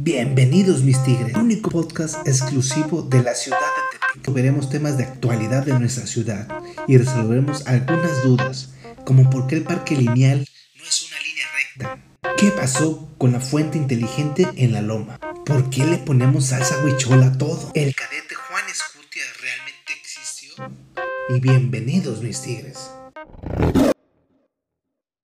Bienvenidos mis tigres, único podcast exclusivo de la ciudad de Tepic. Veremos temas de actualidad de nuestra ciudad y resolveremos algunas dudas, como por qué el parque lineal no es una línea recta, qué pasó con la fuente inteligente en la loma, por qué le ponemos salsa huichola a todo, el cadete Juan Escutia realmente existió. Y bienvenidos mis tigres.